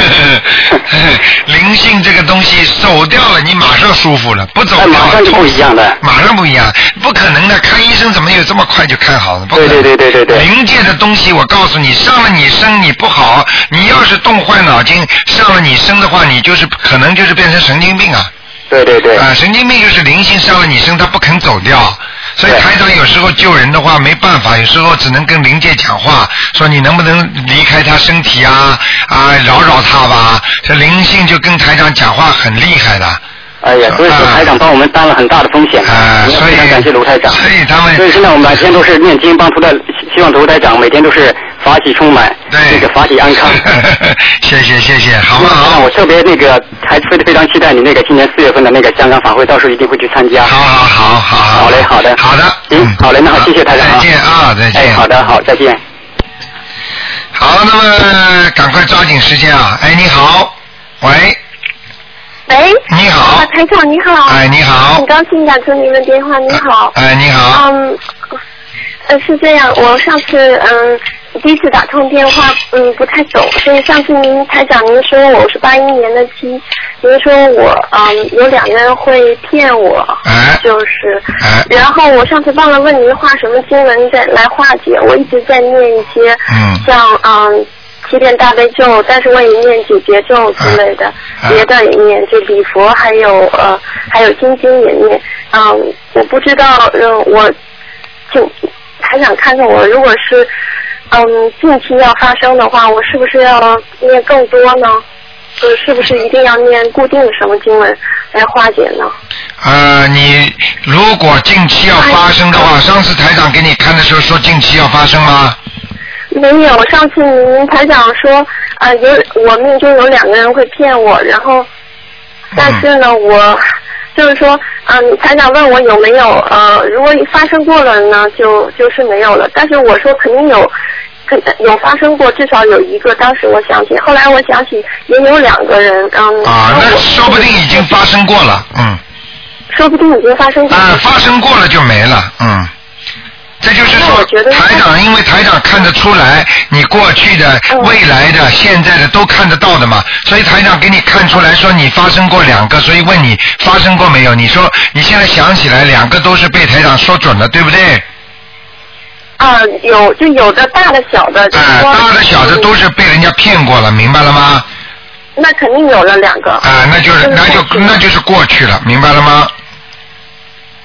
灵性这个东西走掉了，你马上舒服了；不走掉， 马上就不一样的。 马上不一样，不可能的。看医生怎么有这么快就看好呢？不可能。 对。 灵界的东西，我告诉你，上了你身你不好，你要是动坏脑筋，上了你身的话，你就是可能就是变成神经病啊。 对。 神经病就是灵性上了你身，他不肯走掉。所以台长有时候救人的话没办法，有时候只能跟灵界讲话，说你能不能离开他身体扰他吧。这灵性就跟台长讲话很厉害的。 所以说台长帮我们担了很大的风险。 所以感谢卢台长。 所以现在我们每天都是念经帮希望卢台长每天都是法体充满，这个法体安康。 谢谢，好不好？ 我特别还非常期待你那个今年4月份的那个香港法会，到时候一定会去参加。 好。 好嘞，好的。好嘞，那好，谢谢台长。 再见啊，再见。 好的，好，再见。 好，那么赶快抓紧时间啊！你好，喂。 喂， 你好， 台长你好。 你好。 很高兴打通您的电话，你好。 你好。 是这样，我上次第一次打通电话，不太懂，所以上次台长您说我是81年的鸡，您说我有2个人会骗我，就是然后我上次忘了问您画什么经文来化解，我一直在念一些像7遍大悲咒，但是我也念9节咒之类的，别的也念，就礼佛还有心经也念。我不知道我就还想看看我如果是近期要发生的话，我是不是要念更多呢？是不是一定要念固定什么经文来化解呢？ 你如果近期要发生的话，上次台长给你看的时候说近期要发生吗？ 没有，上次您台长说我命中有2个人会骗我，然后但是呢我就是说台长问我有没有如果发生过了呢就是没有了，但是我说肯定有发生过，至少有1个，当时我想起，后来我想起也有2个人那说不定已经发生过了。 说不定已经发生过了。 发生过了就没了。这就是说台长，因为台长看得出来你过去的、未来的、现在的都看得到的嘛，所以台长给你看出来说你发生过2个，所以问你发生过没有，你说你现在想起来2个都是被台长说准了，对不对？ 有的大的小的。 大的小的都是被人家骗过了，明白了吗？ 那肯定有了2个。 那就是过去了，明白了吗？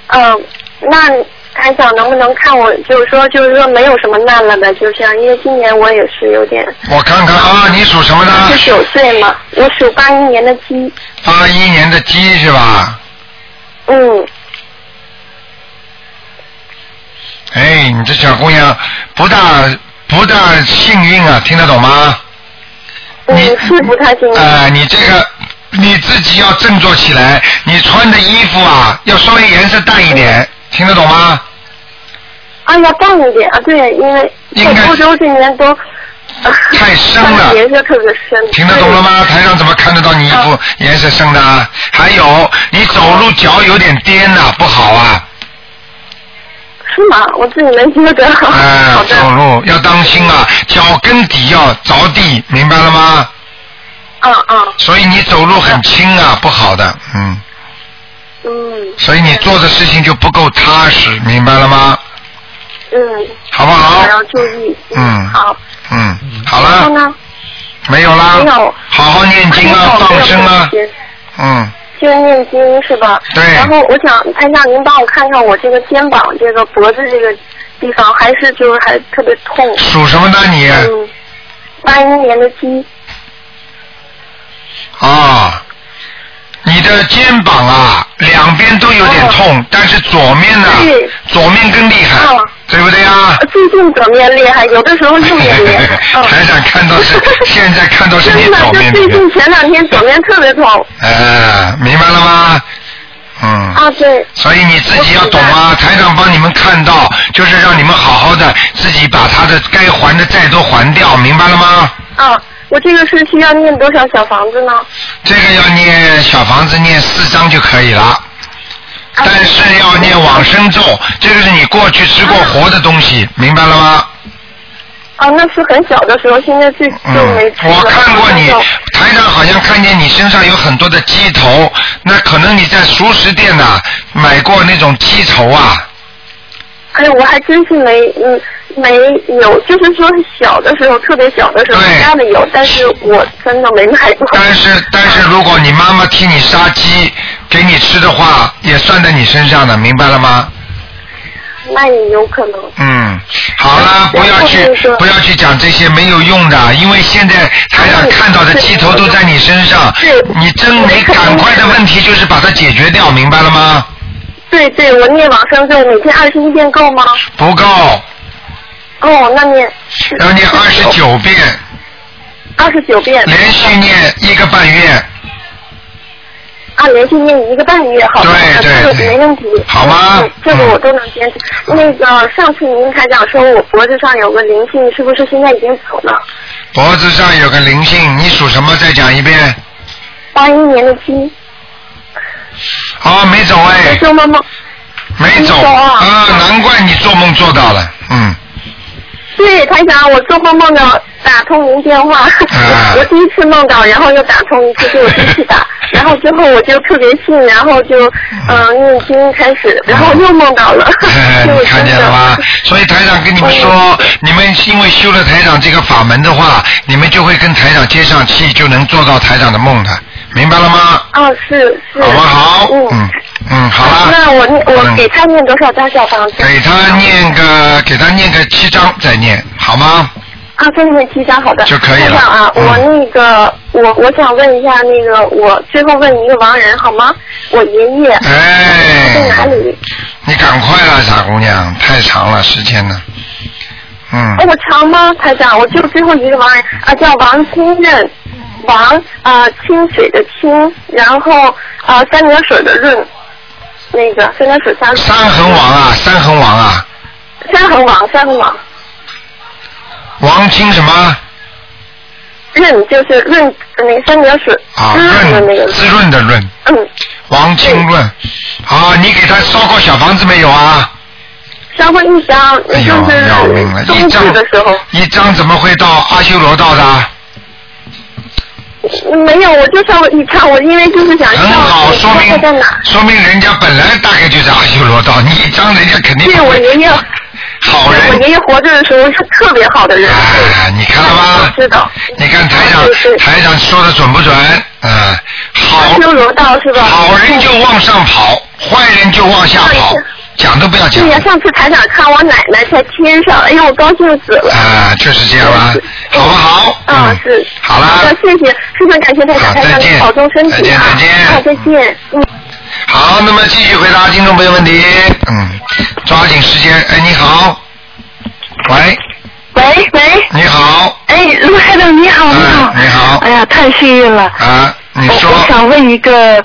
那台长能不能看我，就是说没有什么难了的，就这样，因为今年我也是有点。 我看看啊，你属什么的 ？29岁嘛，我属81年的鸡。 81年的鸡是吧？哎，你这小姑娘不大幸运啊，听得懂吗？ 是不太幸运。 你这个你自己要振作起来，你穿的衣服啊要稍微颜色淡一点，听得懂吗？ 要淡一点啊，对，因为欧洲这年都太深了， 颜色特别深。 听得懂了吗？台上怎么看得到你衣服颜色深的？还有你走路脚有点颠呐，不好啊。 是吗？我自己没觉得。好的。 走路要当心啊，脚跟底要着地，明白了吗？所以你走路很轻啊，不好的，所以你做的事情就不够踏实，明白了吗？好不好？ 我要注意。好。 好了。 然后呢？ 没有啦。 没有。 好好念经啊，放生啊。 就念经是吧？ 对。 然后我想台长您帮我看看我这个肩膀、这个脖子这个地方，还特别痛。 属什么的你 ？81年的鸡。 你的肩膀啊，两边都有点痛，但是左面呢，左面更厉害，对不对啊？ 最近左面厉害，有的时候右面厉害。 台长看到是，现在看到是你左面。 最近前2天左面特别痛。 明白了吗？ 对。 所以你自己要懂啊，台长帮你们看到，就是让你们好好的自己把他的该还的债都还掉，明白了吗？ 我这个是需要念多少小房子呢？ 这个要念小房子念4张就可以了，但是要念往生咒，这个是你过去吃过活的东西，明白了吗？ 那是很小的时候，现在就没吃了。 我看过你，台长好像看见你身上有很多的鸡头，那可能你在熟食店买过那种鸡头啊。 我还真是没有，就是说小的时候，特别小的时候家里有，但是我真的没买过。 但是如果你妈妈替你杀鸡给你吃的话，也算在你身上的，明白了吗？ 那也有可能。 好了，不要去讲这些没有用的，因为现在台上看到的鸡头都在你身上，你赶快的问题就是把它解决掉，明白了吗？ 对，我念往生咒每天21遍够吗？ 不够。 那念。 要念29遍。 29遍。 连续念1个半月。 连续念1个半月，好的，这个没问题。 好吗？ 这个我都能坚持。那个上次您台长说我脖子上有个灵性，是不是现在已经走了？ 脖子上有个灵性，你属什么？再讲一遍。 81年的鸡。 没走哎。 做梦。 没走难怪你做梦做到了。 对，台长，我做梦到打通您电话，我第一次梦到，然后又打通一次，就我第一次打，然后之后我就特别信，然后就念经开始，然后又梦到了。 你看见了吗？所以台长跟你们说，你们因为修了台长这个法门的话，你们就会跟台长接上气，就能做到台长的梦的。明白了吗？ 是。 好不好？好了。 那我给他念多少张小房子？ 给他念个7张再念，好吗？ 再念7张，好的。 就可以了。 台长我想问一下我最后问一个亡人好吗？我爷爷。在哪里？ 你赶快了，傻姑娘，太长了时间了。 我长吗，台长？我就最后一个亡人叫王清任。王清水的清，然后三点水的润，那个三点水三横王啊。 王清什么？ 润就是润那个三点水润的那个滋润的润。王清润。你给他烧过小房子没有啊？ 烧过1张，就是要命了，1张怎么会到阿修罗道的？ 没有，我就烧了1张，我因为就是想很好，说明人家本来大概就在阿修罗道，你1张人家肯定对我爷爷好人， 我爷爷活着的时候是特别好的人。 你看了吗？ 知道。 你看台长说的准不准？ 阿修罗道是吧？ 好人就往上跑， 坏人就往下跑，讲都不要讲。 对呀，上次台长看我奶奶在天上，哎呀，我高兴死了。 啊，就是这样吧，好不好？ 是。 好了。 好的，谢谢，非常感谢台长，台长您保重身体啊。再见。好，再见。 好，那么继续回答听众朋友问题。抓紧时间。哎，你好。喂。 喂。 你好。 哎，卢台长你好，你好。 你好。 哎呀，太幸运了。 啊，你说。 我想问一个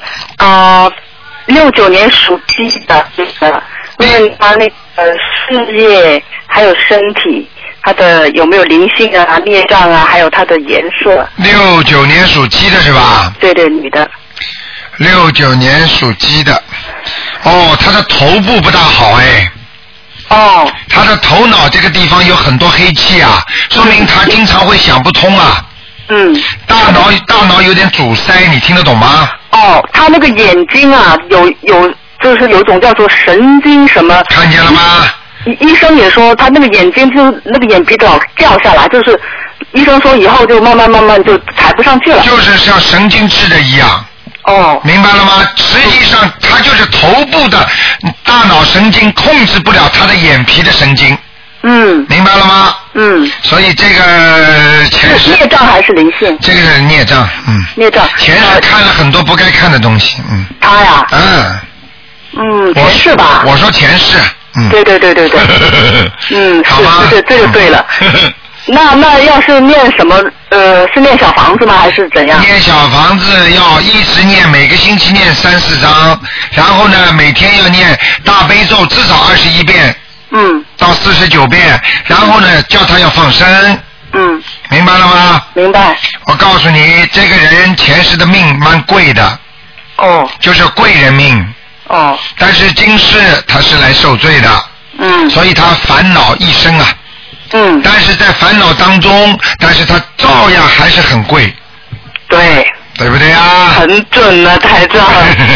69年属鸡的问他那个事业还有身体，他的有没有灵性啊、孽障啊，还有他的颜色。 69年属鸡的是吧？ 对，女的。 69年属鸡的，他的头部不大好哎。他的头脑这个地方有很多黑气啊，说明他经常会想不通啊。大脑有点阻塞，你听得懂吗？ 他那个眼睛啊，就是有种叫做神经什么。 看见了吗？ 医生也说他那个眼睛就那个眼皮老掉下来，就是医生说以后就慢慢就抬不上去了。 就是像神经质的一样。明白了吗？实际上他就是头部的大脑神经控制不了他的眼皮的神经。明白了吗？所以这个前世孽障还是灵性？ 这个是孽障。 孽障。 前世看了很多不该看的东西。 他呀。前世吧。 我说前世。 对。 好吗？ 这就对了。那要是念什么是念小房子吗？还是怎样？ 念小房子要一直念，每个星期念3-4章，然后呢每天要念大悲咒至少21遍，到49遍，然后呢叫他要放生。明白了吗？ 明白。 我告诉你，这个人前世的命蛮贵的。就是贵人命。但是今世他是来受罪的。所以他烦恼一生啊。但是在烦恼当中，但是他照样还是很贵。对不对啊？ 很准啊，台长。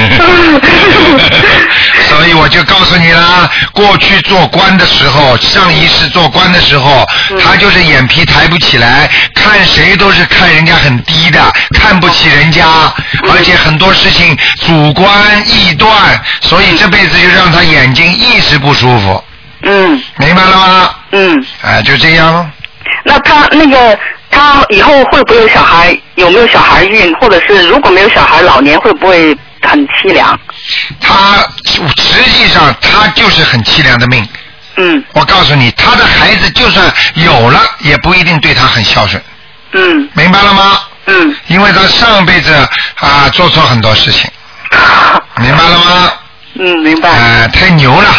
所以我就告诉你啦，过去做官的时候，上一世做官的时候，他就是眼皮抬不起来，看谁都是看人家很低的，看不起人家，而且很多事情主观臆断，所以这辈子就让他眼睛一直不舒服。明白了吗？就这样咯。 那他以后会不会有小孩？有没有小孩运？或者是如果没有小孩，老年会不会很凄凉？ 他实际上他就是很凄凉的命。我告诉你，他的孩子就算有了，也不一定对他很孝顺。明白了吗？因为他上辈子做错很多事情。明白了吗？ 明白。 太牛了。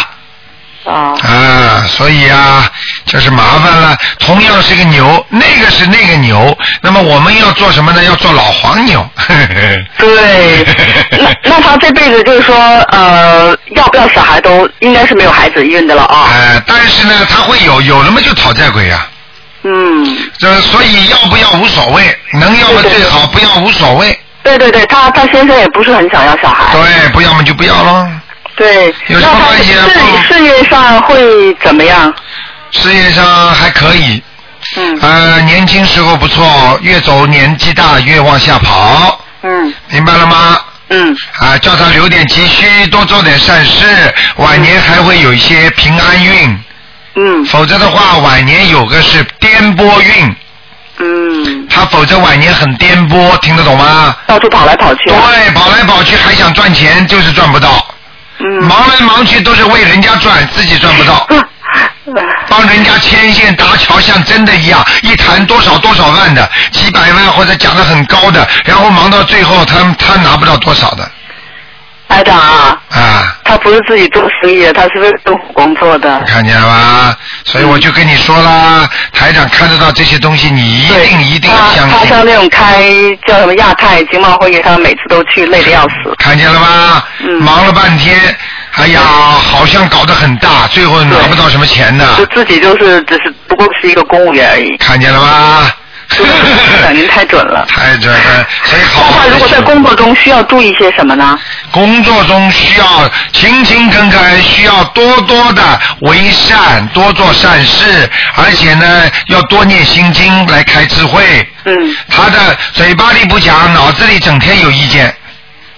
所以就是麻烦了。同样是个牛，那个是那个牛，那么我们要做什么呢？要做老黄牛。 对。那他这辈子就是说要不要小孩都应该是没有孩子运的了但是呢他会有了嘛就讨债鬼啊。所以要不要无所谓，能要嘛最好，不要无所谓。 对，他先生也不是很想要小孩。 对，不要嘛就不要咯。 对， 有什么关系啊？ 事业上会怎么样？ 事业上还可以。年轻时候不错，越走年纪大越往下跑。明白了吗？叫他留点积蓄，多做点善事，晚年还会有一些平安运。否则的话，晚年有个是颠簸运。他否则晚年很颠簸，听得懂吗？ 到处跑来跑去。 对，跑来跑去还想赚钱，就是赚不到。忙来忙去都是为人家赚，自己赚不到。帮人家牵线搭桥，像真的一样，一谈多少万的，几百万或者讲得很高的，然后忙到最后他拿不到多少的。 台长他不是自己做生意的，他是为政府工作的。 看见了吧？所以我就跟你说啦，台长看得到这些东西，你一定要相信。 他像那种开叫什么亚太经贸会议，他每次都去，累得要死。 看见了吗？忙了半天，哎呀，好像搞得很大，最后拿不到什么钱呢。 就自己只是不过是一个公务员而已。 看见了吗？ 您太准了。 太准了，所以好。 那他如果在工作中需要注意些什么呢？ 工作中需要勤勤恳恳，需要多多的为善，多做善事，而且呢要多念心经来开智慧。他的嘴巴里不讲，脑子里整天有意见。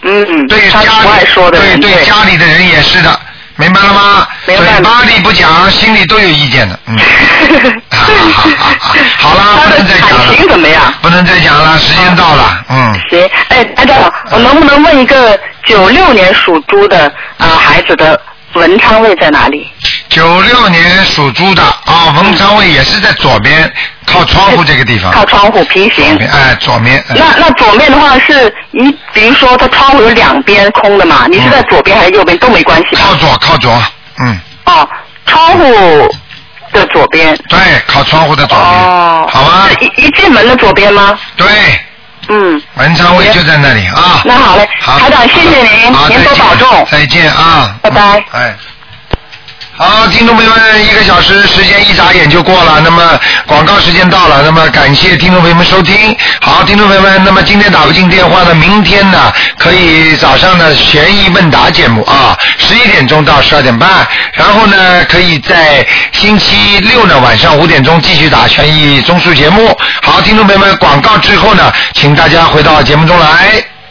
对家里不爱说的人， 对家里的人也是的，明白了吗？ 明白。 嘴巴里不讲，心里都有意见的。好了，不能再讲了。 感情怎么样？ 不能再讲了，时间到了。 行，台长，我能不能问一个96年属猪的孩子的文昌位在哪里 ？96年属猪的文昌位也是在左边，靠窗户这个地方。 靠窗户平行。 左面。 那左面的话是比如说它窗户有2边空的嘛，你是在左边还是右边都没关系。 靠左。 窗户的左边。 对，靠窗户的左边。好吗？ 是一进门的左边吗？ 对。文昌位就在那里啊。 那好嘞，台长，谢谢您，您多保重。 再见啊。 拜拜。 好，听众朋友们，1个小时时间一眨眼就过了，那么广告时间到了，那么感谢听众朋友们收听。好，听众朋友们，那么今天打不进电话呢，明天呢可以早上的悬疑问答节目11点钟到12点半，然后呢可以在星期六呢晚上5点钟继续打悬疑综述节目。好，听众朋友们，广告之后呢，请大家回到节目中来。